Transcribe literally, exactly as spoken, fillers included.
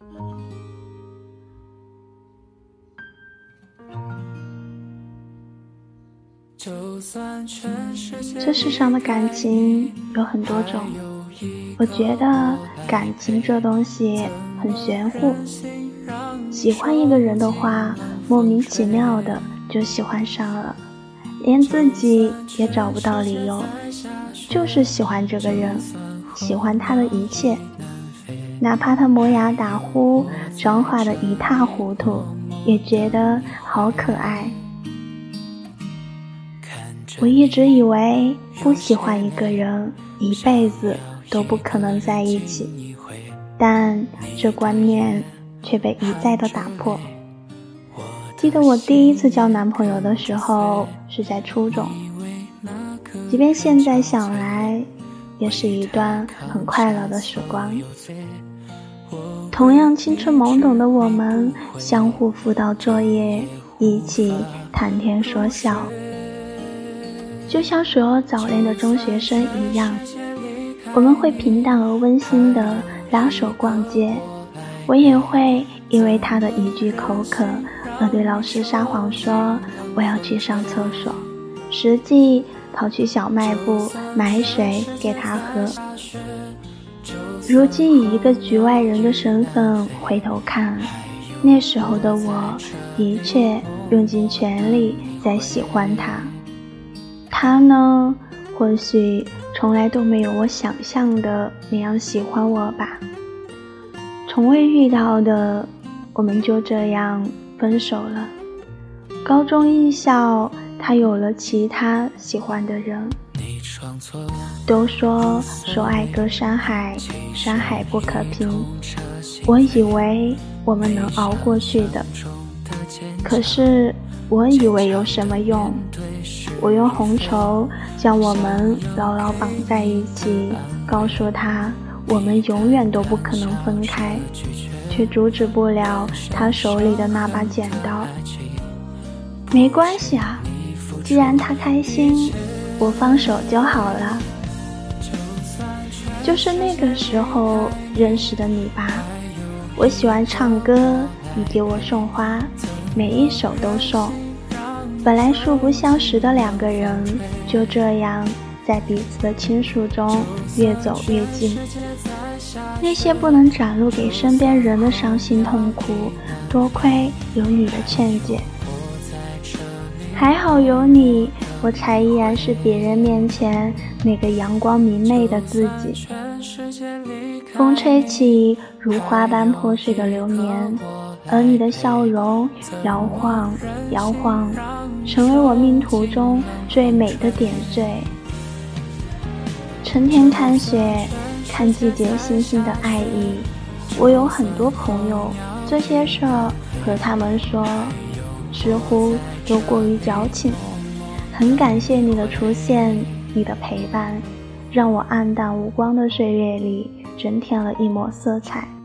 这世上的感情有很多种，我觉得感情这东西很玄乎，喜欢一个人的话，莫名其妙的就喜欢上了，连自己也找不到理由，就是喜欢这个人，喜欢他的一切，哪怕他磨牙打呼，妆化得一塌糊涂，也觉得好可爱。我一直以为不喜欢一个人一辈子都不可能在一起，但这观念却被一再的打破。记得我第一次交男朋友的时候是在初中，即便现在想来也是一段很快乐的时光。同样青春懵懂的我们，相互辅导作业，一起谈天说笑，就像所有早恋的中学生一样，我们会平淡而温馨地拉手逛街，我也会因为他的一句口渴而对老师撒谎说我要去上厕所，实际跑去小卖部买水给他喝。如今以一个局外人的身份回头看，那时候的我的确用尽全力在喜欢他，他呢，或许从来都没有我想象的那样喜欢我吧。从未遇到的，我们就这样分手了。高中艺校，他有了其他喜欢的人。都说说爱隔山海，山海不可平，我以为我们能熬过去的，可是我以为有什么用？我用红绸将我们牢牢绑在一起，告诉他我们永远都不可能分开，却阻止不了他手里的那把剪刀。没关系啊，既然他开心，我放手就好了。就是那个时候认识的你吧，我喜欢唱歌，你给我送花，每一首都送。本来素不相识的两个人，就这样在彼此的倾诉中越走越近。那些不能展露给身边人的伤心痛苦，多亏有你的劝解。还好有你，我才依然是别人面前那个阳光明媚的自己。风吹起如花般破碎的流年，而你的笑容摇晃摇晃，成为我命途中最美的点缀。春天看雪，看季节星星的爱意。我有很多朋友，这些事儿和他们说，似乎都过于矫情。很感谢你的出现，你的陪伴，让我黯淡无光的岁月里增添了一抹色彩。